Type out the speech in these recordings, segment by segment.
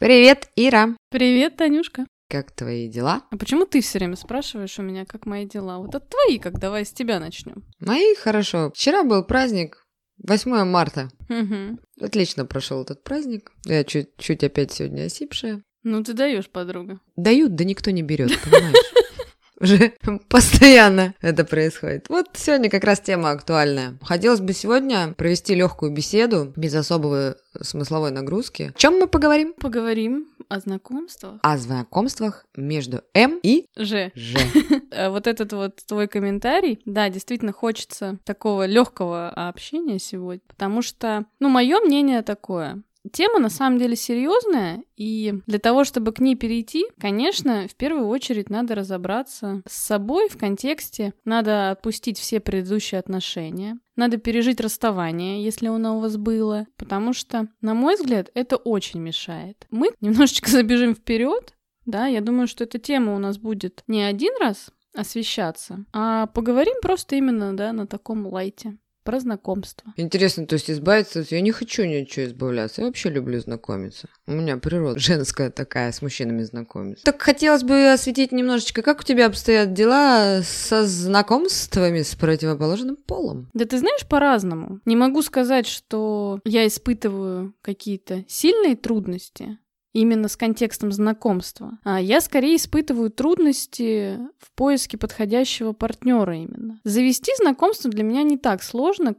Привет, Ира. Привет, Танюшка. Как твои дела? А почему ты все время спрашиваешь у меня, как мои дела? Вот от твои, как давай с тебя начнем. Мои хорошо. Вчера был праздник, 8 марта. Угу. Отлично прошел этот праздник. Я чуть опять сегодня осипшая. Ну ты даешь, подруга. Дают, да никто не берет, понимаешь? Уже постоянно это происходит. Вот сегодня как раз тема актуальная. Хотелось бы сегодня провести легкую беседу без особой смысловой нагрузки. О чем мы поговорим? Поговорим о знакомствах. О знакомствах между М и Ж. Ж. Вот этот вот твой комментарий, да, действительно хочется такого легкого общения сегодня, потому что, мое мнение такое. Тема на самом деле серьезная, и для того, чтобы к ней перейти, конечно, в первую очередь надо разобраться с собой в контексте, надо отпустить все предыдущие отношения, надо пережить расставание, если оно у вас было, потому что, на мой взгляд, это очень мешает. Мы немножечко забежим вперед, да, я думаю, что эта тема у нас будет не один раз освещаться, а поговорим просто именно, да, на таком лайте. Про знакомство. Интересно, то есть избавиться... Я не хочу ни от чего избавляться. Я вообще люблю знакомиться. У меня природа женская такая, с мужчинами знакомиться. Так хотелось бы осветить немножечко, как у тебя обстоят дела со знакомствами с противоположным полом? Да ты знаешь, по-разному. Не могу сказать, что я испытываю какие-то сильные трудности именно с контекстом знакомства. А я скорее испытываю трудности в поиске подходящего партнера именно. Завести знакомство для меня не так сложно.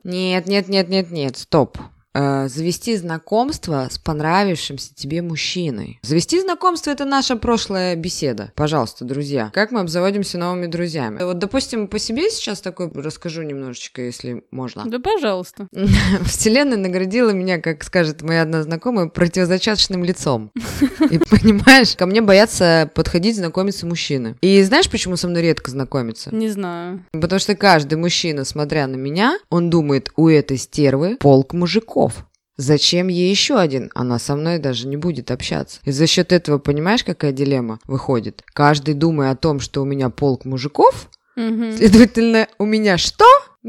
Нет, стоп. Завести знакомство с понравившимся тебе мужчиной. Завести знакомство – это наша прошлая беседа. Пожалуйста, друзья. Как мы обзаводимся новыми друзьями? Вот, допустим, по себе сейчас такой расскажу немножечко, если можно. Да, пожалуйста. Вселенная наградила меня, как скажет моя одна знакомая, противозачаточным лицом. И понимаешь, ко мне боятся подходить знакомиться мужчины. И знаешь, почему со мной редко знакомятся? Не знаю. Потому что каждый мужчина, смотря на меня, он думает, у этой стервы полк мужиков. Зачем ей еще один? Она со мной даже не будет общаться. И за счет этого, понимаешь, какая дилемма выходит? Каждый, думая о том, что у меня полк мужиков, следовательно, у меня что?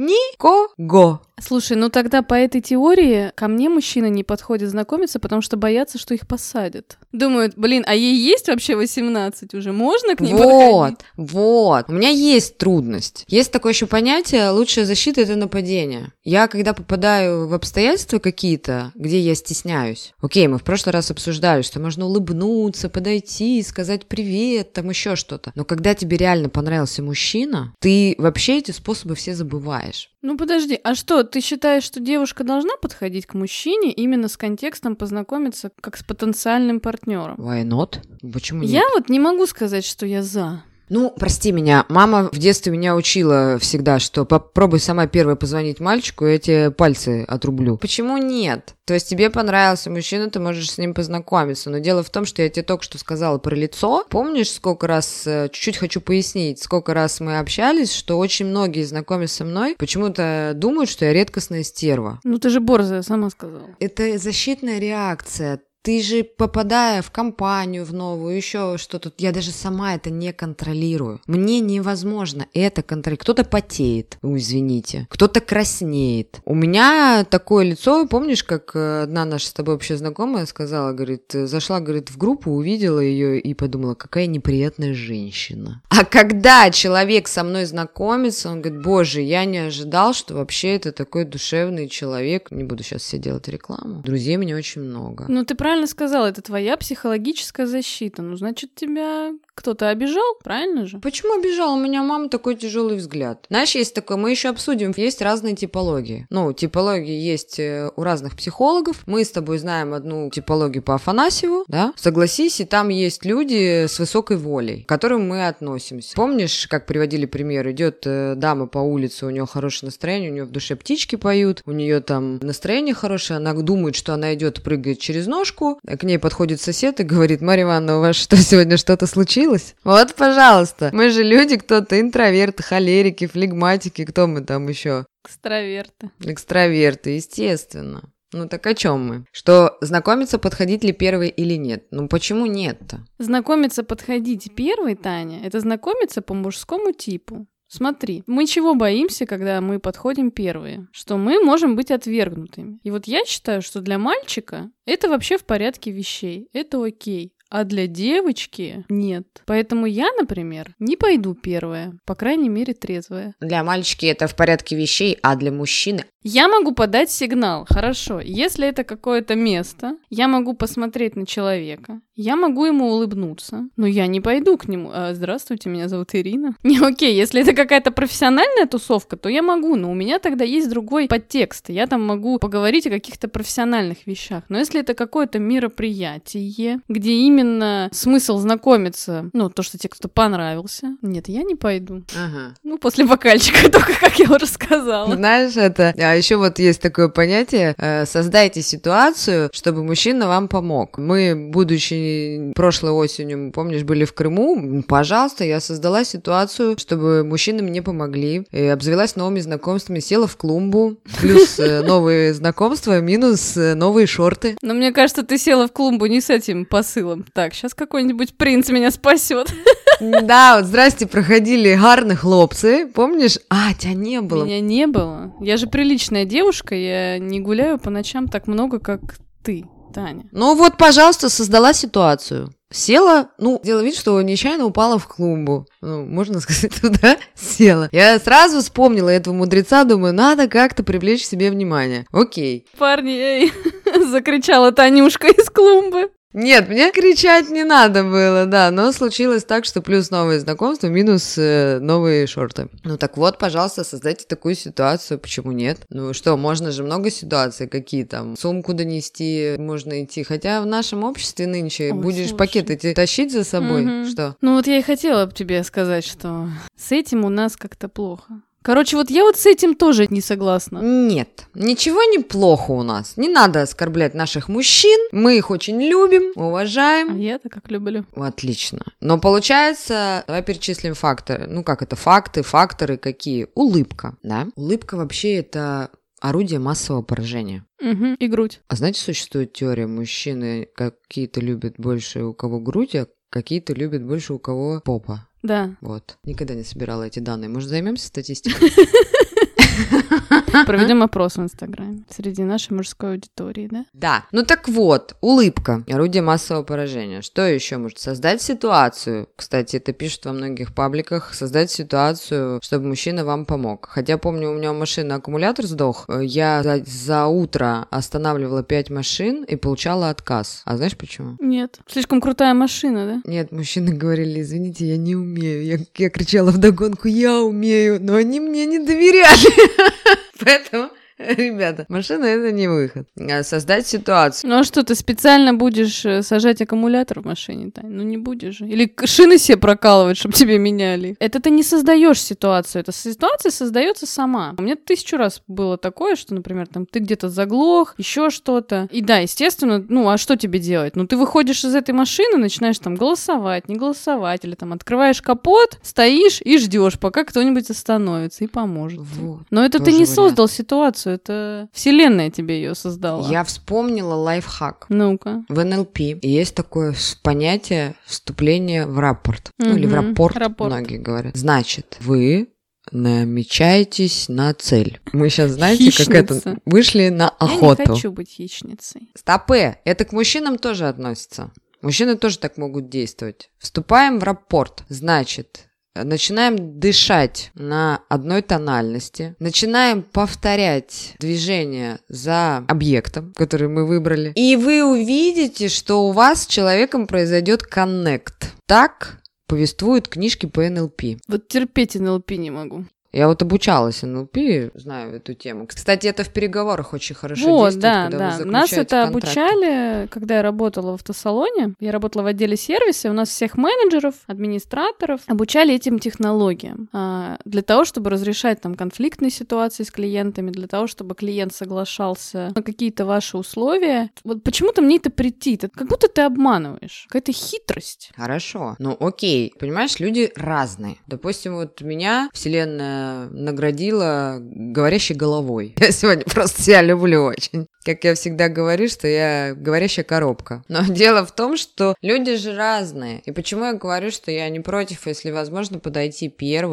Никого. Слушай, тогда по этой теории ко мне мужчины не подходят знакомиться, потому что боятся, что их посадят. Думают, а ей есть вообще 18 уже? Можно к ней подходить? Вот. У меня есть трудность. Есть такое еще понятие «лучшая защита – это нападение». Я, когда попадаю в обстоятельства какие-то, где я стесняюсь, окей, мы в прошлый раз обсуждали, что можно улыбнуться, подойти, сказать привет, там еще что-то. Но когда тебе реально понравился мужчина, ты вообще эти способы все забываешь. Подожди, а что, ты считаешь, что девушка должна подходить к мужчине именно с контекстом познакомиться как с потенциальным партнером? Why not? Почему нет? Я не могу сказать, что я за. Прости меня, мама в детстве меня учила всегда, что попробуй сама первой позвонить мальчику, и я тебе пальцы отрублю. Почему нет? То есть тебе понравился мужчина, ты можешь с ним познакомиться, но дело в том, что я тебе только что сказала про лицо. Помнишь, сколько раз, чуть-чуть хочу пояснить, сколько раз мы общались, что очень многие, знакомясь со мной, почему-то думают, что я редкостная стерва. Ты же борзая, сама сказала. Это защитная реакция. Ты же, попадая в компанию в новую, еще что-то, я даже сама это не контролирую. Мне невозможно это контролировать. Кто-то потеет, извините, кто-то краснеет. У меня такое лицо, помнишь, как одна наша с тобой общая знакомая сказала, говорит, зашла, говорит, в группу, увидела ее и подумала, какая неприятная женщина. А когда человек со мной знакомится, он говорит, боже, я не ожидал, что вообще это такой душевный человек. Не буду сейчас все делать рекламу. Друзей у меня очень много. Ты правильно сказала, это твоя психологическая защита. Значит, тебя кто-то обижал, правильно же? Почему обижал? У меня мама такой тяжелый взгляд. Знаешь, есть такое, мы еще обсудим, есть разные типологии. Типологии есть у разных психологов. Мы с тобой знаем одну типологию по Афанасьеву, да? Согласись, и там есть люди с высокой волей, к которым мы относимся. Помнишь, как приводили пример? Идет дама по улице, у нее хорошее настроение, у нее в душе птички поют, у нее там настроение хорошее, она думает, что она идет, прыгает через ножку, к ней подходит сосед и говорит, Марья Ивановна, у вас что, сегодня что-то случилось? Вот, пожалуйста. Мы же люди, кто-то интроверты, холерики, флегматики, кто мы там еще? Экстраверты, естественно. Так о чем мы? Что знакомиться, подходить ли первый или нет? Почему нет-то? Знакомиться, подходить первый, Таня, это знакомиться по мужскому типу. Смотри, мы чего боимся, когда мы подходим первые? Что мы можем быть отвергнутыми. И вот я считаю, что для мальчика это вообще в порядке вещей, это окей. А для девочки нет. Поэтому я, например, не пойду первая, по крайней мере, трезвая. Для мальчики это в порядке вещей, а для мужчины... Я могу подать сигнал, хорошо. Если это какое-то место, я могу посмотреть на человека, я могу ему улыбнуться, но я не пойду к нему. Здравствуйте, меня зовут Ирина. Не, окей, если это какая-то профессиональная тусовка, то я могу, но у меня тогда есть другой подтекст. Я там могу поговорить о каких-то профессиональных вещах. Но если это какое-то мероприятие, где именно смысл знакомиться, ну, то, что тебе кто-то понравился, нет, я не пойду. Ага. Ну, после бокальчика только, как я уже сказала. Знаешь, это... А еще вот есть такое понятие, создайте ситуацию, чтобы мужчина вам помог. Мы, будучи прошлой осенью, помнишь, были в Крыму, пожалуйста, я создала ситуацию, чтобы мужчины мне помогли. И обзавелась новыми знакомствами, села в клумбу, плюс новые знакомства, минус новые шорты. Но мне кажется, ты села в клумбу не с этим посылом. Так, сейчас какой-нибудь принц меня спасет. Да, вот здрасте, проходили гарные хлопцы, помнишь? Тебя не было. Меня не было. Я же приличная девушка, я не гуляю по ночам так много, как ты, Таня. Ну вот, пожалуйста, создала ситуацию. Села, делала вид, что нечаянно упала в клумбу. Можно сказать, туда села. Я сразу вспомнила этого мудреца, думаю, надо как-то привлечь к себе внимание. Окей. Парни, эй, закричала Танюшка из клумбы. Нет, мне кричать не надо было, да, но случилось так, что плюс новые знакомства, минус новые шорты. Так вот, пожалуйста, создайте такую ситуацию, почему нет? Можно же много ситуаций, какие там, сумку донести, можно идти, хотя в нашем обществе нынче будешь пакет эти тащить за собой, что? Вот я и хотела бы тебе сказать, что с этим у нас как-то плохо. Короче, вот я с этим тоже не согласна. Нет, ничего не плохо у нас. Не надо оскорблять наших мужчин. Мы их очень любим, уважаем. А я-то как люблю. Отлично. Но получается, давай перечислим факторы. Факторы какие? Улыбка, да? Улыбка вообще это орудие массового поражения. И грудь. А знаете, существует теория, мужчины какие-то любят больше, у кого грудь, а какие-то любят больше, у кого попа. Да. Вот. Никогда не собирала эти данные. Может, займемся статистикой? Проведем опрос в Инстаграме среди нашей мужской аудитории, да? Да. Так вот, улыбка. Орудие массового поражения. Что еще может создать ситуацию? Кстати, это пишут во многих пабликах. Создать ситуацию, чтобы мужчина вам помог. Хотя, помню, у меня у машины аккумулятор сдох. Я за утро останавливала 5 машин и получала отказ. А знаешь почему? Нет. Слишком крутая машина, да? Нет, мужчины говорили, извините, я не умею. Я кричала вдогонку, я умею, но они мне не доверяли. Поэтому, ребята, машина — это не выход. Создать ситуацию. Ну а что, ты специально будешь сажать аккумулятор в машине, Тань? Не будешь же. Или шины себе прокалывать, чтобы тебе меняли. Это ты не создаешь ситуацию. Эта ситуация создается сама. У меня 1000 раз было такое, что, например, там ты где-то заглох, еще что-то. И да, естественно, а что тебе делать? Ты выходишь из этой машины, начинаешь там голосовать, не голосовать, или там открываешь капот, стоишь и ждешь, пока кто-нибудь остановится и поможет. Вот. Но это ты не создал ситуацию, это вселенная тебе ее создала. Я вспомнила лайфхак. Ну-ка. В НЛП есть такое понятие вступление в рапорт. Или в рапорт, многие говорят. Значит, вы намечаетесь на цель. Мы сейчас, знаете, как это, вышли на охоту. Я не хочу быть хищницей. Стопэ, это к мужчинам тоже относится. Мужчины тоже так могут действовать. Вступаем в рапорт. Значит, начинаем дышать на одной тональности, начинаем повторять движение за объектом, который мы выбрали, и вы увидите, что у вас с человеком произойдет коннект. Так повествуют книжки по НЛП. Вот терпеть НЛП не могу. Я обучалась НЛП, знаю эту тему. Кстати, это в переговорах очень хорошо действует, когда вы заключаете Нас это контракт. Обучали, когда я работала в автосалоне. Я работала в отделе сервиса, и у нас всех менеджеров, администраторов обучали этим технологиям. Для того, чтобы разрешать там конфликтные ситуации с клиентами, для того, чтобы клиент соглашался на какие-то ваши условия. Вот почему-то мне это претит. Как будто ты обманываешь. Какая-то хитрость. Хорошо. Окей. Понимаешь, люди разные. Допустим, вот меня вселенная наградила говорящей головой. Я сегодня просто себя люблю очень. Как я всегда говорю, что я говорящая коробка. Но дело в том, что люди же разные. И почему я говорю, что я не против, если возможно, подойти первой,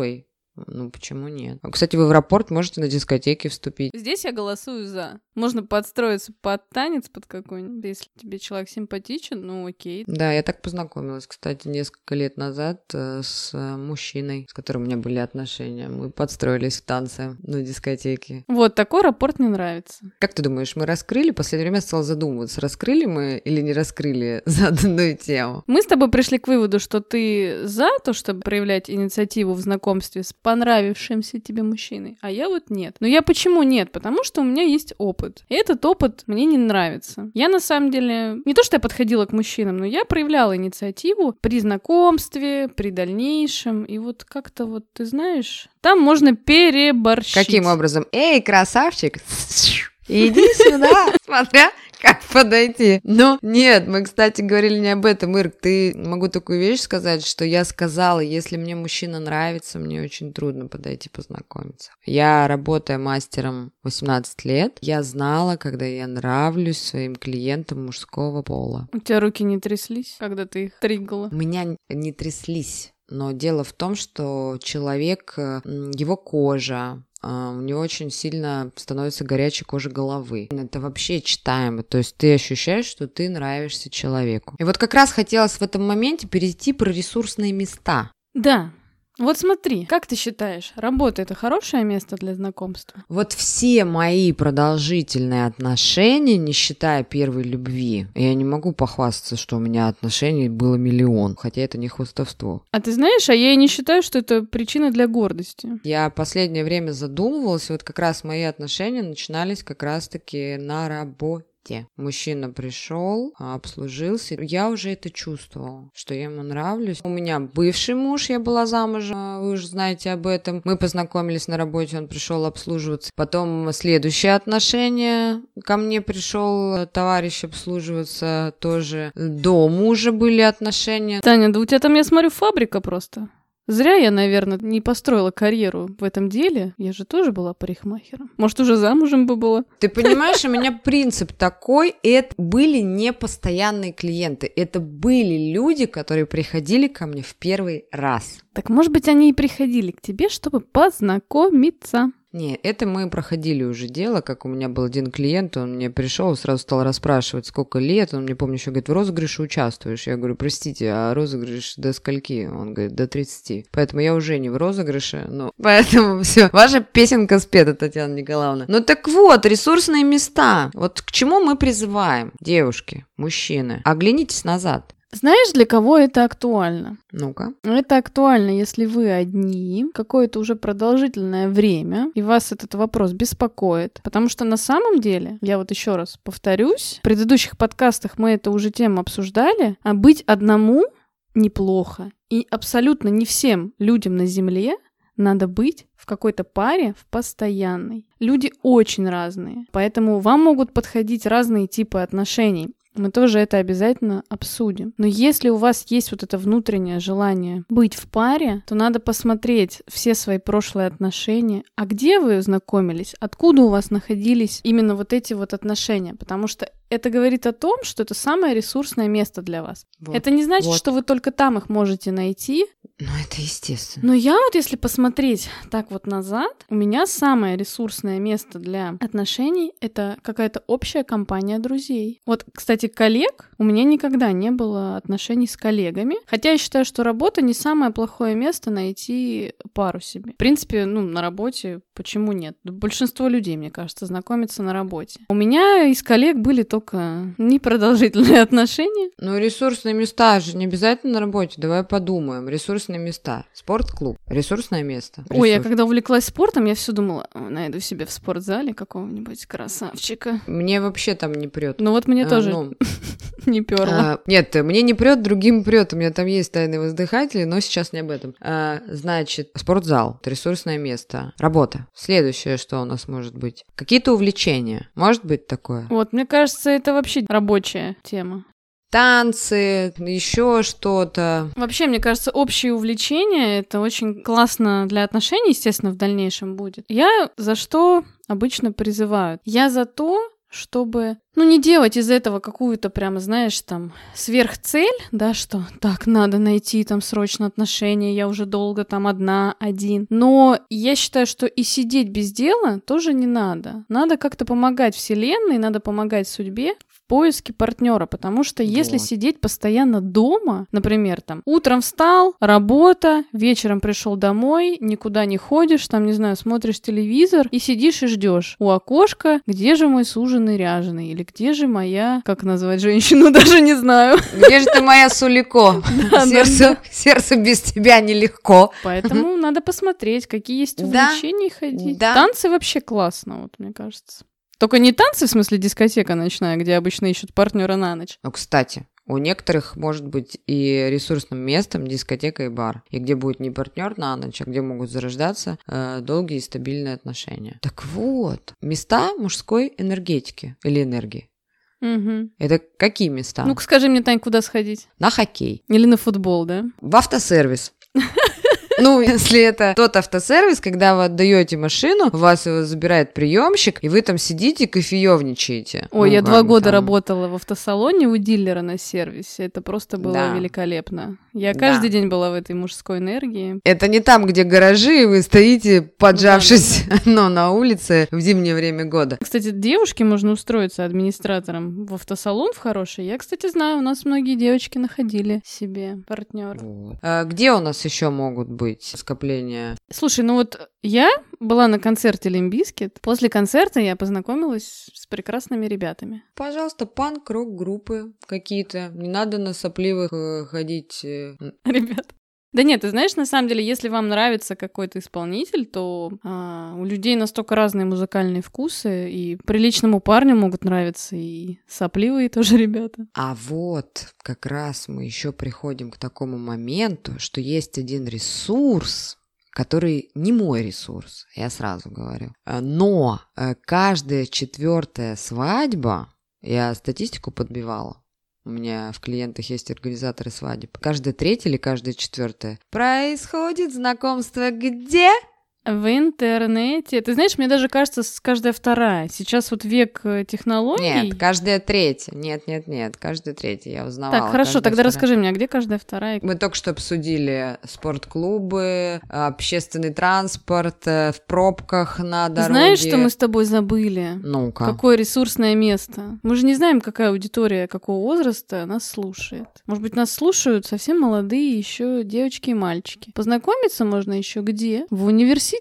Ну, почему нет? Кстати, вы в аэропорт можете на дискотеке вступить. Здесь я голосую за. Можно подстроиться под танец под какой-нибудь. Если тебе человек симпатичен, ну окей. Да, я так познакомилась, кстати, несколько лет назад с мужчиной, с которым у меня были отношения. Мы подстроились в танце на дискотеке. Вот, такой аэропорт мне нравится. Как ты думаешь, мы раскрыли? В последнее время я стала задумываться, раскрыли мы или не раскрыли заданную тему? Мы с тобой пришли к выводу, что ты за то, чтобы проявлять инициативу в знакомстве с понравившимся тебе мужчиной, а я вот нет. Но я почему нет? Потому что у меня есть опыт. И этот опыт мне не нравится. Я на самом деле... Не то, что я подходила к мужчинам, но я проявляла инициативу при знакомстве, при дальнейшем. И вот как-то вот, ты знаешь, там можно переборщить. Каким образом? Эй, красавчик! Иди сюда, смотря как подойти. Но нет, мы, кстати, говорили не об этом. Ирк, ты могу такую вещь сказать, что я сказала, если мне мужчина нравится, мне очень трудно подойти познакомиться. Я, работая мастером 18 лет, я знала, когда я нравлюсь своим клиентам мужского пола. У тебя руки не тряслись, когда ты их тригала? У меня не тряслись. Но дело в том, что человек, его кожа, у него очень сильно становится горячей кожа головы. Это вообще читаемо. То есть ты ощущаешь, что ты нравишься человеку. И вот как раз хотелось в этом моменте перейти про ресурсные места. Да. Вот смотри, как ты считаешь, работа — это хорошее место для знакомства? Вот все мои продолжительные отношения, не считая первой любви, я не могу похвастаться, что у меня отношений было 1 000 000, хотя это не хвастовство. А ты знаешь, а я и не считаю, что это причина для гордости. Я последнее время задумывалась, вот как раз мои отношения начинались как раз-таки на работе. Мужчина пришел, обслужился. Я уже это чувствовала, что я ему нравлюсь. У меня бывший муж, я была замужем, вы уже знаете об этом. Мы познакомились на работе, он пришел обслуживаться. Потом следующие отношения. Ко мне пришел товарищ обслуживаться тоже. До мужа были отношения. Таня, да у тебя там, я смотрю, фабрика просто. Зря я, наверное, не построила карьеру в этом деле. Я же тоже была парикмахером. Может, уже замужем бы была. Ты понимаешь, у меня принцип такой. Это были не постоянные клиенты. Это были люди, которые приходили ко мне в первый раз. Так, может быть, они и приходили к тебе, чтобы познакомиться. Не, это мы проходили уже дело, как у меня был один клиент, он мне пришел, сразу стал расспрашивать, сколько лет, он мне, помню, еще говорит, в розыгрыше участвуешь? Я говорю, простите, а розыгрыш до скольки? Он говорит, до 30. Поэтому я уже не в розыгрыше, ну, поэтому все. Ваша песенка спета, Татьяна Николаевна. Ну так вот, ресурсные места. Вот к чему мы призываем, девушки, мужчины? Оглянитесь назад. Знаешь, для кого это актуально? Ну-ка. Это актуально, если вы одни какое-то уже продолжительное время, и вас этот вопрос беспокоит. Потому что на самом деле, я вот еще раз повторюсь, в предыдущих подкастах мы эту уже тему обсуждали, а быть одному неплохо. И абсолютно не всем людям на Земле надо быть в какой-то паре, в постоянной. Люди очень разные, поэтому вам могут подходить разные типы отношений. Мы тоже это обязательно обсудим. Но если у вас есть вот это внутреннее желание быть в паре, то надо посмотреть все свои прошлые отношения. А где вы знакомились? Откуда у вас находились именно вот эти вот отношения? Потому что это говорит о том, что это самое ресурсное место для вас. Вот, это не значит, что вы только там их можете найти. Ну, это естественно. Но я вот, если посмотреть так вот назад, у меня самое ресурсное место для отношений — это какая-то общая компания друзей. Вот, кстати, коллег у меня никогда не было отношений с коллегами, хотя я считаю, что работа не самое плохое место найти пару себе. В принципе, на работе почему нет? Большинство людей, мне кажется, знакомятся на работе. У меня из коллег были только непродолжительные отношения. Ну, ресурсные места же не обязательно на работе, давай подумаем. Ресурсные места. Спортклуб. Ресурсное место. Ой, я когда увлеклась спортом, я все думала, найду себе в спортзале какого-нибудь красавчика. Мне вообще там не прет. Ну вот мне тоже не перло. Нет, мне не прет, другим прет. У меня там есть тайные воздыхатели, но сейчас не об этом. Значит, спортзал. Это ресурсное место. Работа. Следующее, что у нас может быть? Какие-то увлечения. Может быть такое? Вот, мне кажется, это вообще рабочая тема. Танцы, еще что-то. Вообще, мне кажется, общее увлечение — это очень классно для отношений, естественно, в дальнейшем будет. Я за что обычно призываю? Я за то, чтобы, не делать из этого какую-то прямо, знаешь, там, сверхцель, да, что так, надо найти там срочно отношения, я уже долго там один. Но я считаю, что и сидеть без дела тоже не надо. Надо как-то помогать вселенной, надо помогать судьбе в поиске партнера, потому что если сидеть постоянно дома, например, там, утром встал, работа, вечером пришел домой, никуда не ходишь, там, не знаю, смотришь телевизор и сидишь и ждешь у окошка, где же мой суженый ряженый, или где же моя, как назвать женщину, даже не знаю. Где же ты моя Сулико? Сердце без тебя нелегко. Поэтому надо посмотреть, какие есть увлечения и ходить. Танцы вообще классно, вот мне кажется. Только не танцы, в смысле дискотека ночная, где обычно ищут партнера на ночь. Ну, кстати, у некоторых может быть и ресурсным местом дискотека и бар, и где будет не партнер на ночь, а где могут зарождаться долгие и стабильные отношения. Так вот, места мужской энергетики или энергии. Угу. Это какие места? Ну-ка скажи мне, Тань, куда сходить? На хоккей. Или на футбол, да? В автосервис. Ну, если это тот автосервис, когда вы отдаете машину, у вас его забирает приемщик, и вы там сидите, кофеёвничаете. Ой, я 2 года работала в автосалоне у дилера на сервисе. Это просто было великолепно. Я каждый день была в этой мужской энергии. Это не там, где гаражи, и вы стоите, поджавшись, на улице в зимнее время года. Кстати, девушке можно устроиться администратором в автосалон в хороший. Я, кстати, знаю, у нас многие девочки находили себе партнера. Вот. Где у нас еще могут быть скопления? Слушай, я была на концерте Limp Bizkit. После концерта я познакомилась с прекрасными ребятами. Пожалуйста, панк-рок-группы какие-то. Не надо на сопливых ходить. Ребят. Да нет, ты знаешь, на самом деле, если вам нравится какой-то исполнитель, то у людей настолько разные музыкальные вкусы, и приличному парню могут нравиться и сопливые тоже ребята. А вот как раз мы еще приходим к такому моменту, что есть один ресурс, который не мой ресурс, я сразу говорю. Но каждая 4-я свадьба, я статистику подбивала, у меня в клиентах есть организаторы свадеб. Каждая 3-я или каждая 4-я происходит знакомство где? В интернете. Ты знаешь, мне даже кажется, каждая 2-я. Сейчас вот век технологий. Нет, каждая 3-я. Нет, каждая 3-я. Я узнавала. Так, хорошо, тогда расскажи мне, а где каждая 2-я? Мы только что обсудили спортклубы, общественный транспорт, в пробках на дороге. Знаешь, что мы с тобой забыли? Ну-ка. Какое ресурсное место. Мы же не знаем, какая аудитория, какого возраста нас слушает. Может быть, нас слушают совсем молодые еще девочки и мальчики. Познакомиться можно еще где? В университете,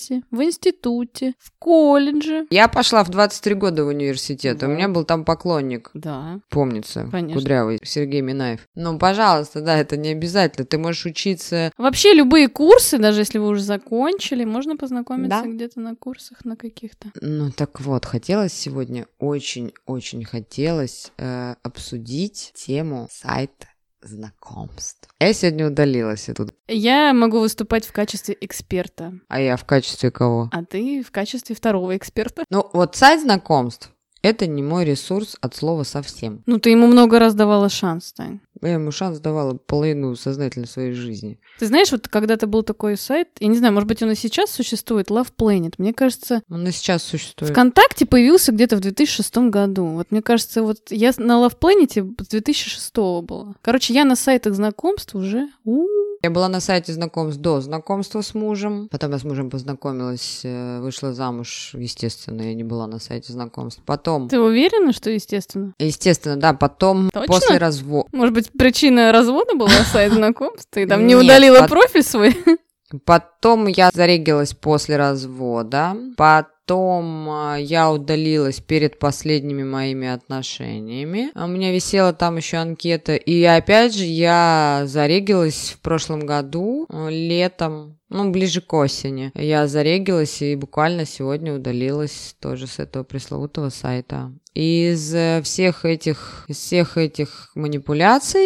в институте, в колледже. Я пошла в 23 года в университет, Да. У меня был там поклонник. Да. Помнится, Конечно. кудрявый Сергей Минаев. Ну, пожалуйста, да, это не обязательно. Ты можешь учиться... Вообще любые курсы, даже если вы уже закончили, можно познакомиться Да. где-то на курсах на каких-то. Ну, так вот, хотелось сегодня, очень-очень хотелось обсудить тему сайта знакомств. Я сегодня удалилась оттуда. Я могу выступать в качестве эксперта, А я в качестве кого? а ты в качестве 2-го эксперта. Ну, вот сайт знакомств — это не мой ресурс от слова совсем. Ну, ты ему много раз давала шанс, Тань. Я ему шанс давала половину сознательной своей жизни. Ты знаешь, вот когда-то был такой сайт, я не знаю, может быть, он и сейчас существует, Love Planet. Мне кажется, Он и сейчас существует. ВКонтакте появился где-то в 2006 году. Вот мне кажется, вот я на Love Planet с 2006 была. Короче, я на сайтах знакомств уже... Я была на сайте знакомств до знакомства с мужем. Потом я с мужем познакомилась, вышла замуж. Естественно, я не была на сайте знакомств. Потом... Ты уверена, что естественно? Естественно, да. Потом Точно? после развода... Может быть, причина развода была сайт знакомств? Ты там не Нет, удалила профиль свой? Потом я зарегилась после развода. Потом я удалилась перед последними моими отношениями. У меня висела там еще анкета. И опять же я зарегилась в прошлом году, летом, ближе к осени. Я зарегилась и буквально сегодня удалилась тоже с этого пресловутого сайта. Из всех этих манипуляций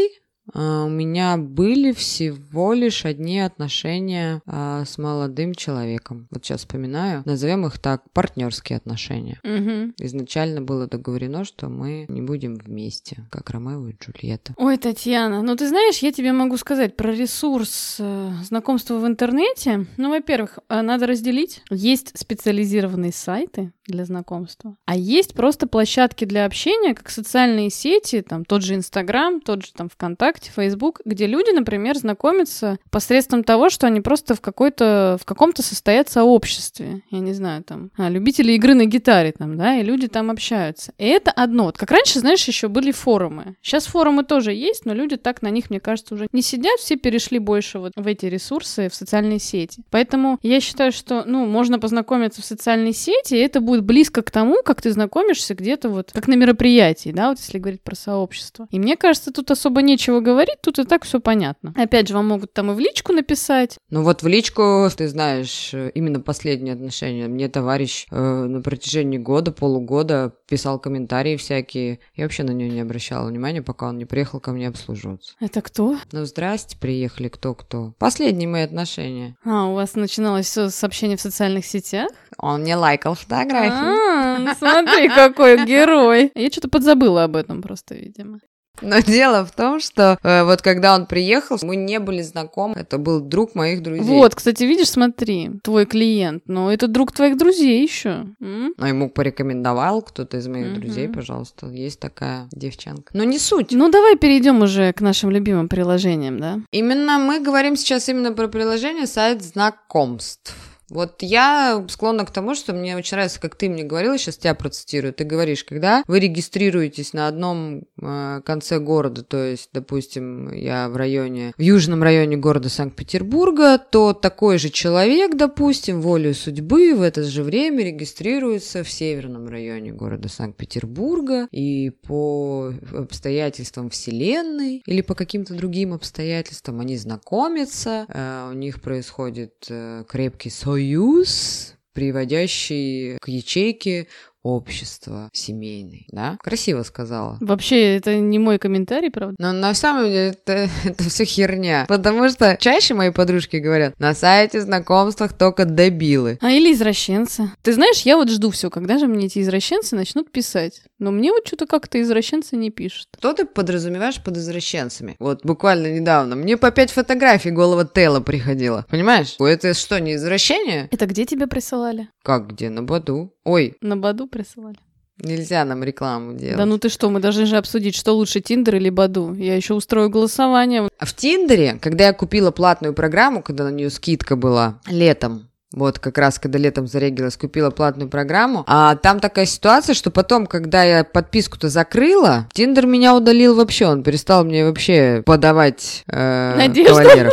У меня были всего лишь одни отношения с молодым человеком. Вот сейчас вспоминаю. Назовем их так, партнерские отношения. Угу. Изначально было договорено, что мы не будем вместе, как Ромео и Джульетта. Ой, Татьяна, ну ты знаешь, я тебе могу сказать про ресурс знакомства в интернете. Ну, во-первых, надо разделить. Есть специализированные сайты для знакомства, а есть просто площадки для общения, как социальные сети, там тот же Инстаграм, тот же там ВКонтакте, Фейсбук, где люди, например, знакомятся посредством того, что они просто в каком-то состоят сообществе. Я не знаю, там, любители игры на гитаре, там, да, и люди там общаются. И это одно. Вот как раньше, знаешь, еще были форумы. Сейчас форумы тоже есть, но люди так на них, мне кажется, уже не сидят, все перешли больше вот в эти ресурсы, в социальные сети. Поэтому я считаю, что, можно познакомиться в социальной сети, и это будет близко к тому, как ты знакомишься где-то вот, как на мероприятии, да, вот если говорить про сообщество. И мне кажется, тут особо нечего говорить, тут и так все понятно. Опять же, вам могут там и в личку написать. Ну вот в личку, ты знаешь, именно последние отношения. Мне товарищ на протяжении года, полугода писал комментарии всякие. Я вообще на него не обращала внимания, пока он не приехал ко мне обслуживаться. Это кто? Ну, здрасте, приехали кто-кто. Последние мои отношения. У вас начиналось все с общения в социальных сетях? Он мне лайкал фотографии. Ну смотри, какой герой. Я что-то подзабыла об этом просто, видимо. Но дело в том, что вот когда он приехал, мы не были знакомы. Это был друг моих друзей. Вот, кстати, видишь, смотри, твой клиент, но это друг твоих друзей еще. Но ему порекомендовал кто-то из моих друзей, пожалуйста. Есть такая девчонка. Но не суть. Ну, давай перейдем уже к нашим любимым приложениям, да? Именно мы говорим сейчас именно про приложение сайт знакомств. Вот я склонна к тому, что мне очень нравится, как ты мне говорила, сейчас тебя процитирую, ты говоришь, когда вы регистрируетесь на одном конце города, то есть, допустим, я в южном районе города Санкт-Петербурга, то такой же человек, допустим, волею судьбы в это же время регистрируется в северном районе города Санкт-Петербурга, и по обстоятельствам вселенной или по каким-то другим обстоятельствам они знакомятся, у них происходит крепкий союз, приводящий к ячейке общества семейной, да? Красиво сказала. Вообще, это не мой комментарий, правда? Но на самом деле это все херня. Потому что чаще мои подружки говорят, на сайте знакомствах только дебилы. Или извращенцы. Ты знаешь, я вот жду все, когда же мне эти извращенцы начнут писать. Но мне вот что-то как-то извращенцы не пишут. Что ты подразумеваешь под извращенцами? Вот буквально недавно мне по 5 фотографий голого тела приходило. Понимаешь? Это что, не извращение? Это где тебе присылали? Как где? На Баду. Ой. На Баду присылали? Нельзя нам рекламу делать. Да ну ты что, мы должны же обсудить, что лучше, Тиндер или Баду. Я еще устрою голосование. А в Тиндере, когда я купила платную программу, когда на нее скидка была летом, вот как раз, когда летом зарегилась, купила платную программу, а там такая ситуация, что потом, когда я подписку-то закрыла, Тиндер меня удалил вообще, он перестал мне вообще подавать кавалеров.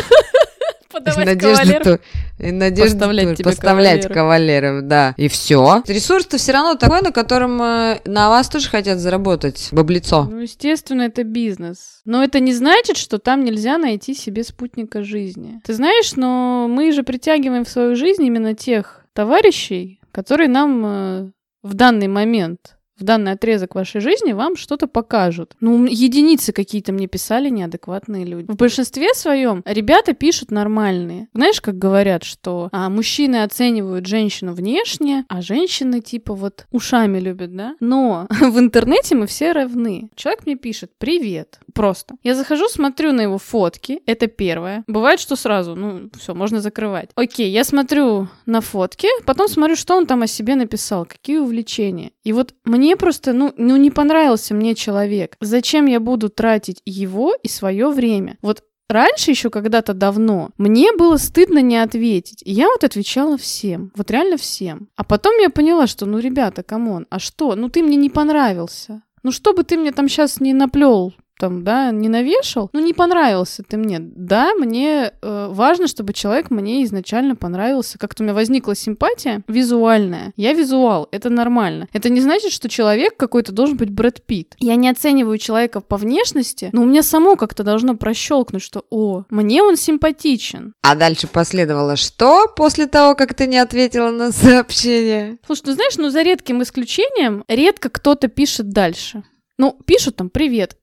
Надежду поставлять кавалеров, да. И все. Ресурс-то все равно такой, на котором на вас тоже хотят заработать баблицо. Ну, естественно, это бизнес. Но это не значит, что там нельзя найти себе спутника жизни. Ты знаешь, но мы же притягиваем в свою жизнь именно тех товарищей, которые нам в данный момент, в данный отрезок вашей жизни вам что-то покажут. Ну, единицы какие-то мне писали неадекватные люди. В большинстве своем ребята пишут нормальные. Знаешь, как говорят, что мужчины оценивают женщину внешне, а женщины типа вот ушами любят, да? Но в интернете мы все равны. Человек мне пишет «Привет». Просто. Я захожу, смотрю на его фотки, это первое. Бывает, что сразу, все, можно закрывать. Окей, я смотрю на фотки, потом смотрю, что он там о себе написал, какие увлечения. И вот мне просто, не понравился мне человек. Зачем я буду тратить его и свое время? Вот раньше еще когда-то давно мне было стыдно не ответить. И я вот отвечала всем. Вот реально всем. А потом я поняла, что, ребята, камон, а что? Ты мне не понравился. Что бы ты мне там сейчас не наплел, не навешал, не понравился ты мне. Да, мне важно, чтобы человек мне изначально понравился. Как-то у меня возникла симпатия визуальная. Я визуал, это нормально. Это не значит, что человек какой-то должен быть Брэд Питт. Я не оцениваю человека по внешности, но у меня само как-то должно прощелкнуть, что мне он симпатичен. А дальше последовало что после того, как ты не ответила на сообщение? Слушай, ты знаешь, за редким исключением редко кто-то пишет дальше. Пишут там «Привет».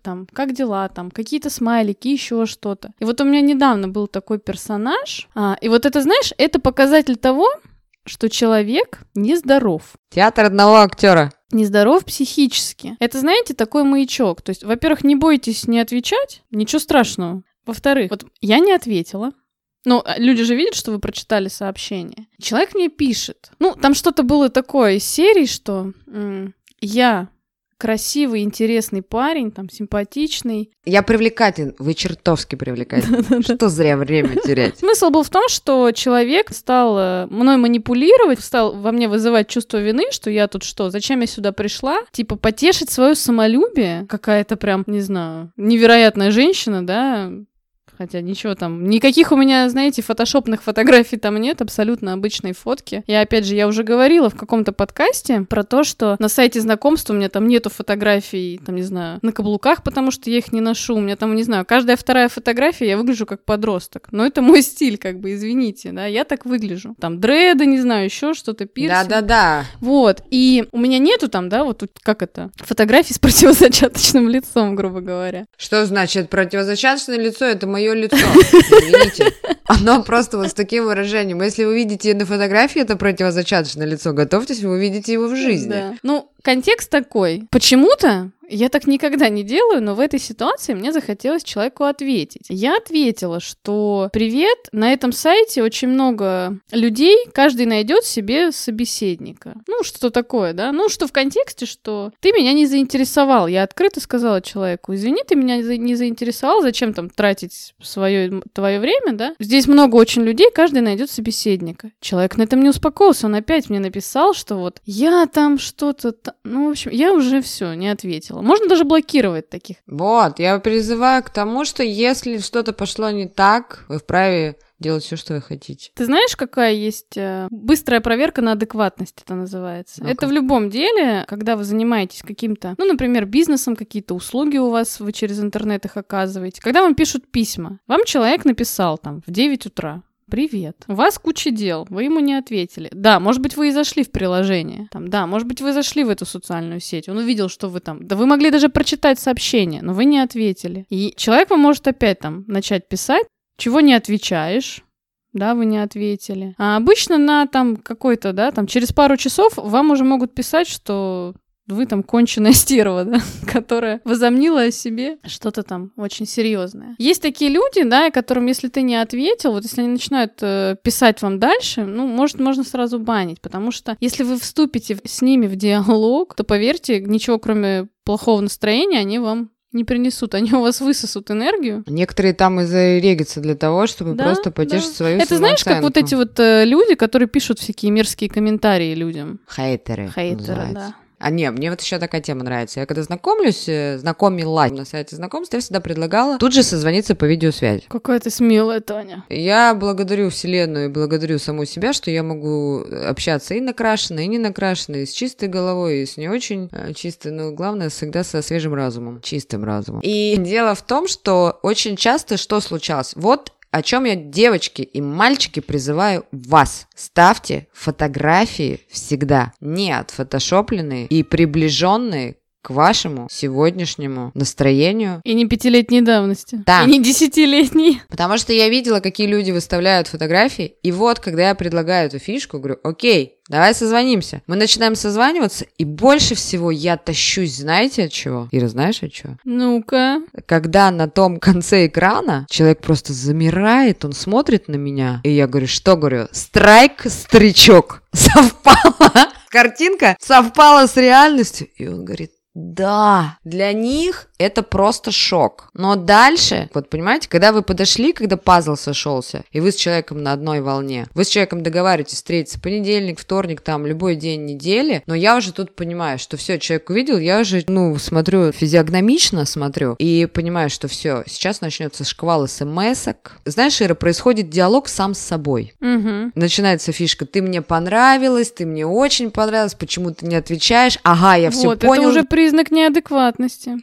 там, как дела, там, какие-то смайлики, еще что-то. И вот у меня недавно был такой персонаж, и вот это, знаешь, это показатель того, что человек нездоров. Театр одного актера. Нездоров психически. Это, знаете, такой маячок. То есть, во-первых, не бойтесь не отвечать, ничего страшного. Во-вторых, вот я не ответила. Ну, люди же видят, что вы прочитали сообщение. Человек мне пишет. Ну, там что-то было такое из серии, что я красивый, интересный парень, там, симпатичный. Я привлекателен, вы чертовски привлекательны. Что зря время терять. Смысл был в том, что человек стал мной манипулировать, стал во мне вызывать чувство вины, что я тут что, зачем я сюда пришла? Типа потешить свое самолюбие, какая-то прям, не знаю, невероятная женщина, да, хотя ничего там, никаких у меня, знаете, фотошопных фотографий там нет, абсолютно обычные фотки. И опять же, я уже говорила в каком-то подкасте про то, что на сайте знакомств у меня там нету фотографий, там, не знаю, на каблуках, потому что я их не ношу. У меня там, не знаю, каждая вторая фотография, я выгляжу как подросток. Но это мой стиль, как бы, извините, да, я так выгляжу. Там дреды, не знаю, еще что-то, пирсинг. Да-да-да. Вот, и у меня нету там, да, вот тут, как это, фотографий с противозачаточным лицом, грубо говоря. Что значит противозачаточное лицо? Это мое лицо, извините. Оно просто вот с таким выражением. Если вы видите на фотографии это противозачаточное лицо, готовьтесь, вы увидите его в жизни. Да. Ну, контекст такой. Почему-то я так никогда не делаю, но в этой ситуации мне захотелось человеку ответить. Я ответила, что привет, на этом сайте очень много людей, каждый найдет себе собеседника. Ну, что такое, да? Ну, что в контексте, что ты меня не заинтересовал. Я открыто сказала человеку, извини, ты меня не заинтересовал, зачем там тратить твое время, да? Здесь много очень людей, каждый найдет собеседника. Человек на этом не успокоился, он опять мне написал, что вот я там что-то... Ну, в общем, я уже все, не ответила. Можно даже блокировать таких. Вот, я призываю к тому, что если что-то пошло не так, вы вправе делать все, что вы хотите. Ты знаешь, какая есть быстрая проверка на адекватность, это называется? Ну-ка. Это в любом деле, когда вы занимаетесь каким-то, ну, например, бизнесом, какие-то услуги у вас, вы через интернет их оказываете. Когда вам пишут письма, вам человек написал там в 9 утра. Привет. У вас куча дел, вы ему не ответили. Да, может быть, вы и зашли в приложение. Там, да, может быть, вы зашли в эту социальную сеть. Он увидел, что вы там... Да вы могли даже прочитать сообщение, но вы не ответили. И человек вам может опять там начать писать, чего не отвечаешь. Да, вы не ответили. А обычно на там какой-то, да, там через пару часов вам уже могут писать, что... Вы там конченая стерва, да, которая возомнила о себе что-то там очень серьезное. Есть такие люди, да, которым, если ты не ответил, вот если они начинают писать вам дальше, ну, можно сразу банить, потому что если вы вступите с ними в диалог, то, поверьте, ничего кроме плохого настроения они вам не принесут, они у вас высосут энергию. Некоторые там и зарегятся для того, чтобы просто потешить свою Это знаешь, как вот эти вот люди, которые пишут всякие мерзкие комментарии людям. Хейтеры, да. А не, мне вот еще такая тема нравится. Я когда знакомилась на сайте знакомств, я всегда предлагала тут же созвониться по видеосвязи. Какая ты смелая, Таня. Я благодарю Вселенную и благодарю саму себя, что я могу общаться и накрашенной, и не накрашенной, и с чистой головой, и с не очень чистой, но главное всегда со свежим разумом, чистым разумом. И дело в том, что очень часто что случалось? Вот о чем я, девочки и мальчики, призываю вас. Ставьте фотографии всегда не отфотошопленные и приближенные к вашему сегодняшнему настроению. И не 5-летней давности. Да. И не 10-летней. Потому что я видела, какие люди выставляют фотографии, и вот, когда я предлагаю эту фишку, говорю, окей, давай созвонимся. Мы начинаем созваниваться, и больше всего я тащусь, знаете, от чего? Ира, знаешь, от чего? Ну-ка. Когда на том конце экрана человек просто замирает, он смотрит на меня, и я говорю, что говорю? Страйк, старичок. Совпала. Картинка совпала с реальностью. И он говорит, да, для них это просто шок. Но дальше, вот понимаете, когда вы подошли, когда пазл сошелся, и вы с человеком на одной волне, вы с человеком договариваетесь встретиться понедельник, вторник, там, любой день недели, но я уже тут понимаю, что все, человек увидел, я уже, смотрю, физиогномично смотрю, и понимаю, что все, сейчас начнется шквал смс-ок. Знаешь, Ира, происходит диалог сам с собой. Угу. Начинается фишка, ты мне понравилась, ты мне очень понравилась, почему ты не отвечаешь? Ага, я все вот, понял. Это уже признак неадекватности. Я все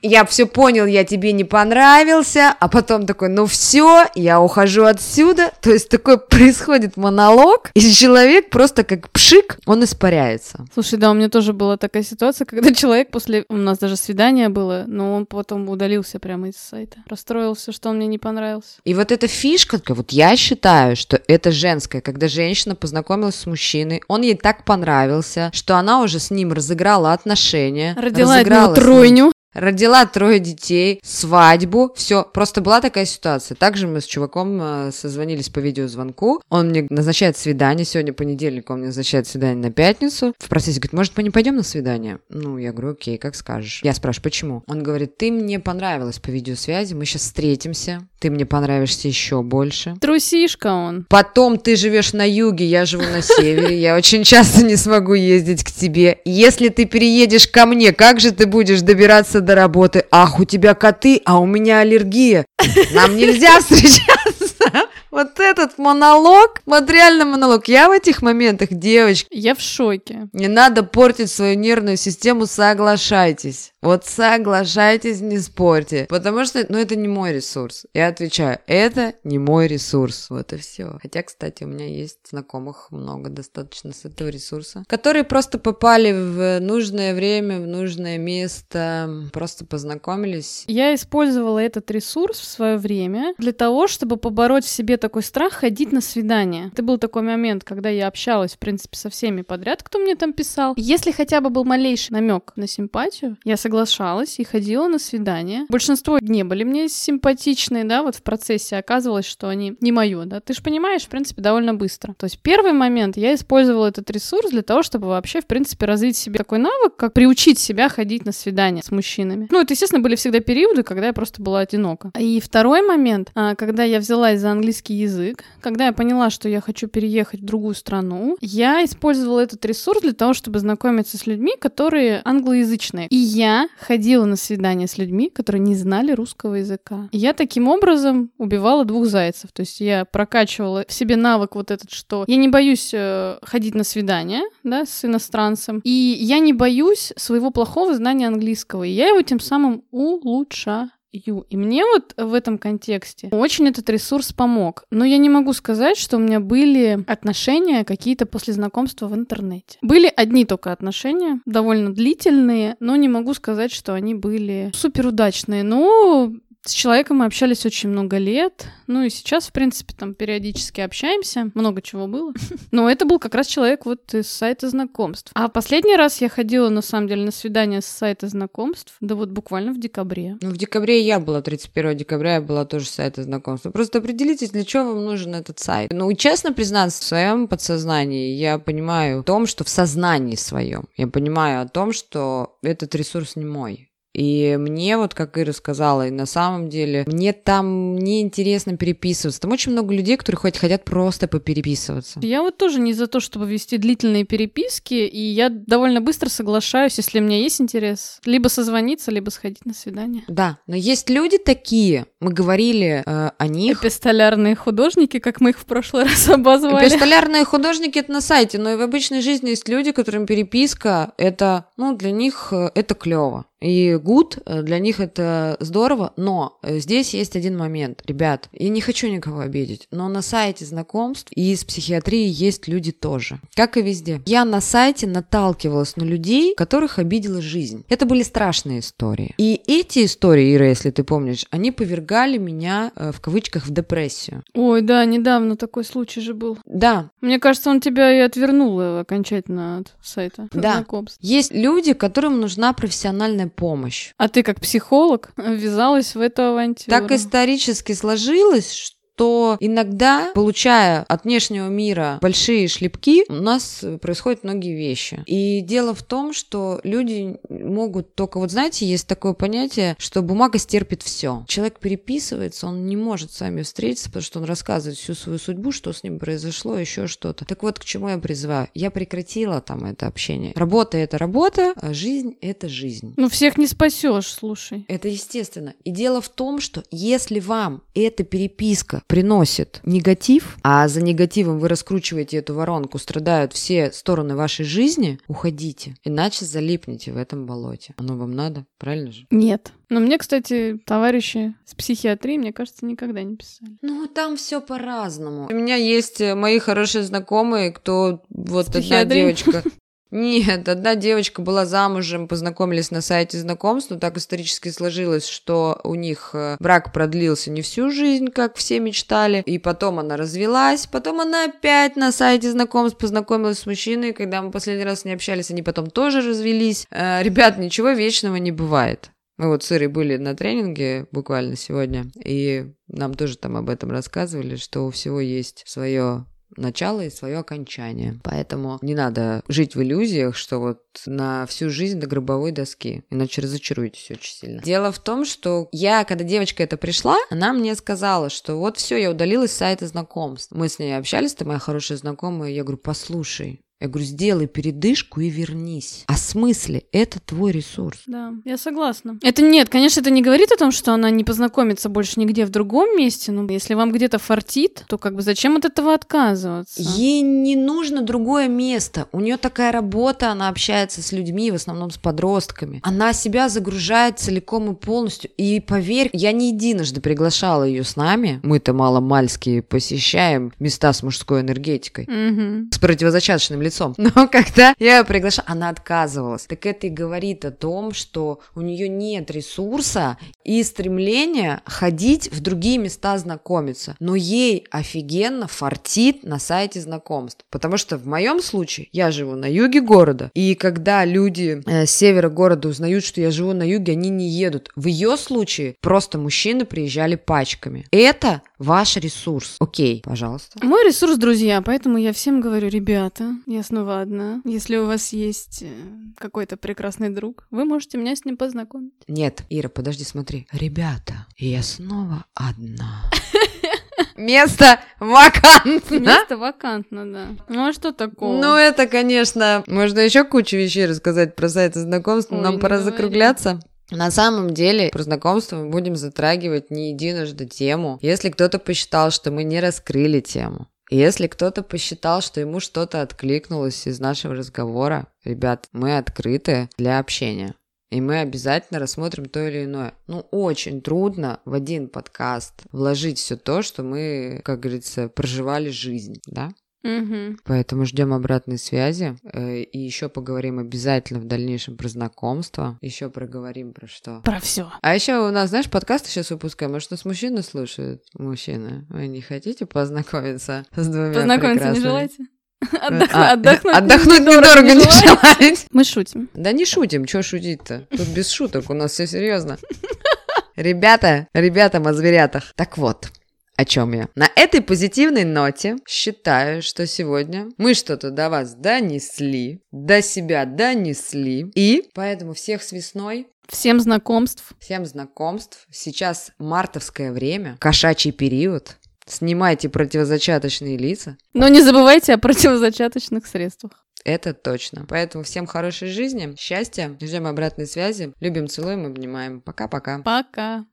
все понял, я тебе не понравился, а потом такой, ну все, я ухожу отсюда. То есть такой происходит монолог, и человек просто как пшик, он испаряется. Слушай, да, у меня тоже была такая ситуация, когда человек после... У нас даже свидание было, но он потом удалился прямо из сайта. Расстроился, что он мне не понравился. И вот эта фишка, вот я считаю, что это женское, когда женщина познакомилась с мужчиной, он ей так понравился, что она уже с ним разыграла отношения. Родила от него тройню. Родила 3 детей, свадьбу, все. Просто была такая ситуация. Также мы с чуваком созвонились по видеозвонку. Он мне назначает свидание. Сегодня понедельник, он мне назначает свидание на пятницу. В процессе говорит, может, мы не пойдем на свидание? Ну, я говорю, окей, как скажешь. Я спрашиваю, почему? Он говорит, ты мне понравилась по видеосвязи, мы сейчас встретимся, ты мне понравишься еще больше. Трусишка он. Потом ты живешь на юге, я живу на севере, я очень часто не смогу ездить к тебе. Если ты переедешь ко мне, как же ты будешь добираться до работы? Ах, у тебя коты, а у меня аллергия. Нам нельзя встречаться. Вот этот монолог, вот реально монолог. Я в этих моментах, девочки. Я в шоке. Не надо портить свою нервную систему, соглашайтесь. Вот соглашайтесь, не спорьте. Потому что, ну, это не мой ресурс. Я отвечаю, это не мой ресурс. Вот и все. Хотя, кстати, у меня есть знакомых много достаточно с этого ресурса, которые просто попали в нужное время, в нужное место, просто познакомились. Я использовала этот ресурс в свое время для того, чтобы побороть в себе такой страх ходить на свидание. Это был такой момент, когда я общалась, в принципе, со всеми подряд, кто мне там писал. Если хотя бы был малейший намек на симпатию, я соглашалась и ходила на свидание. Большинство не были мне симпатичные, да, вот в процессе оказывалось, что они не моё, да. Ты же понимаешь, в принципе, довольно быстро. То есть первый момент я использовала этот ресурс для того, чтобы вообще, в принципе, развить в себе такой навык, как приучить себя ходить на свидания с мужчинами. Ну, это, естественно, были всегда периоды, когда я просто была одинока. И второй момент, когда я взялась за английский язык, когда я поняла, что я хочу переехать в другую страну, я использовала этот ресурс для того, чтобы знакомиться с людьми, которые англоязычные. И я ходила на свидания с людьми, которые не знали русского языка. И я таким образом убивала 2 зайцев. То есть я прокачивала в себе навык вот этот, что я не боюсь ходить на свидания, да, с иностранцем, и я не боюсь своего плохого знания английского. И я его тем самым улучшаю. И мне вот в этом контексте очень этот ресурс помог. Но я не могу сказать, что у меня были отношения какие-то после знакомства в интернете. Были одни только отношения, довольно длительные, но не могу сказать, что они были суперудачные. Но с человеком мы общались очень много лет. Ну и сейчас, в принципе, там периодически общаемся. Много чего было. Но это был как раз человек вот из сайта знакомств. А последний раз я ходила, на самом деле, на свидание с сайта знакомств. Да вот буквально в декабре. Ну, в декабре я была, 31 декабря я была тоже с сайта знакомств. Просто определитесь, для чего вам нужен этот сайт. Ну, и честно признаться, в своем подсознании я понимаю о том, что в сознании своем, я понимаю о том, что этот ресурс не мой. И мне, вот как Ира сказала, и на самом деле, мне там неинтересно переписываться. Там очень много людей, которые хотят просто попереписываться. Я вот тоже не за то, чтобы вести длительные переписки, и я довольно быстро соглашаюсь, если у меня есть интерес, либо созвониться, либо сходить на свидание. Да, но есть люди такие, мы говорили о них. Эпистолярные художники, как мы их в прошлый раз обозвали. Эпистолярные художники — это на сайте, но и в обычной жизни есть люди, которым переписка — это, ну, для них это клево. И good, для них это здорово, но здесь есть один момент. Ребят, я не хочу никого обидеть, но на сайте знакомств и из психиатрии есть люди тоже. Как и везде. Я на сайте наталкивалась на людей, которых обидела жизнь. Это были страшные истории. И эти истории, Ира, если ты помнишь, они повергали меня, в кавычках, в депрессию. Ой, да, недавно такой случай же был. Да. Мне кажется, он тебя и отвернул окончательно от сайта знакомств. Есть люди, которым нужна профессиональная помощь. А ты как психолог ввязалась в эту авантюру? Так исторически сложилось, что иногда, получая от внешнего мира большие шлепки, у нас происходят многие вещи. И дело в том, что люди могут только... Вот знаете, есть такое понятие, что бумага стерпит все. Человек переписывается, он не может с вами встретиться, потому что он рассказывает всю свою судьбу, что с ним произошло, еще что-то. Так вот, к чему я призываю? Я прекратила там это общение. Работа — это работа, а жизнь — это жизнь. Ну, всех не спасешь, слушай. Это естественно. И дело в том, что если вам эта переписка приносит негатив, а за негативом вы раскручиваете эту воронку, страдают все стороны вашей жизни, уходите, иначе залипнете в этом болоте. Оно вам надо, правильно же? Нет. Но мне, кстати, товарищи с психиатрии, мне кажется, никогда не писали. Ну, там все по-разному. У меня есть мои хорошие знакомые, кто вот одна девочка... Нет, одна девочка была замужем, познакомились на сайте знакомств, но так исторически сложилось, что у них брак продлился не всю жизнь, как все мечтали, и потом она развелась, потом она опять на сайте знакомств познакомилась с мужчиной, когда мы последний раз не общались, они потом тоже развелись. Ребят, ничего вечного не бывает. Мы вот с Ирой были на тренинге буквально сегодня, и нам тоже там об этом рассказывали, что у всего есть свое начало и свое окончание. Поэтому не надо жить в иллюзиях, что вот на всю жизнь до гробовой доски, иначе разочаруетесь очень сильно. Дело в том, что когда девочка эта пришла, она мне сказала, что вот все, я удалилась с сайта знакомств. Мы с ней общались, ты моя хорошая знакомая, я говорю, послушай, я говорю, сделай передышку и вернись. О смысле? Это твой ресурс. Да, я согласна. Нет, конечно, это не говорит о том, что она не познакомится больше нигде в другом месте, но если вам где-то фартит, то как бы зачем от этого отказываться? Ей не нужно другое место. У нее такая работа, она общается с людьми, в основном с подростками. Она себя загружает целиком и полностью. И поверь, я не единожды приглашала ее с нами. Мы-то маломальски посещаем места с мужской энергетикой. С противозачаточным лицом. Но когда я ее приглашала, она отказывалась. Так это и говорит о том, что у нее нет ресурса и стремления ходить в другие места знакомиться. Но ей офигенно фартит на сайте знакомств. Потому что в моем случае я живу на юге города. И когда люди с севера города узнают, что я живу на юге, они не едут. В ее случае просто мужчины приезжали пачками. Это ваш ресурс. Окей, пожалуйста. Мой ресурс, друзья, поэтому я всем говорю, ребята, я снова одна. Если у вас есть какой-то прекрасный друг, вы можете меня с ним познакомить. Нет, Ира, подожди, смотри. Ребята, я снова одна. Место вакантно. Место вакантно, да. Ну а что такого? Ну это, конечно, можно еще кучу вещей рассказать про сайты знакомств, но нам пора закругляться. На самом деле, про знакомство мы будем затрагивать не единожды тему. Если кто-то посчитал, что мы не раскрыли тему, если кто-то посчитал, что ему что-то откликнулось из нашего разговора, ребят, мы открыты для общения. И мы обязательно рассмотрим то или иное. Ну, очень трудно в один подкаст вложить все то, что мы, как говорится, проживали жизнь, да? Угу. Поэтому ждем обратной связи. И еще поговорим обязательно в дальнейшем про знакомство. Еще проговорим про что? Про все. А еще у нас, знаешь, подкасты сейчас выпускаем. Может, нас мужчины слушают? Мужчины, вы не хотите познакомиться с двумя Познакомиться прекрасными? не желаете? Отдохнуть недорого не желаете? Мы шутим. Да не шутим, что шутить-то? Тут без шуток, у нас все серьезно. Ребята о зверятах. Так вот, о чем я? На этой позитивной ноте считаю, что сегодня мы что-то до вас донесли, до себя донесли, и поэтому всех с весной. Всем знакомств. Всем знакомств. Сейчас мартовское время, кошачий период. Снимайте противозачаточные лица. Но не забывайте о противозачаточных средствах. Это точно. Поэтому всем хорошей жизни, счастья, ждем обратной связи. Любим, целуем, обнимаем. Пока-пока. Пока.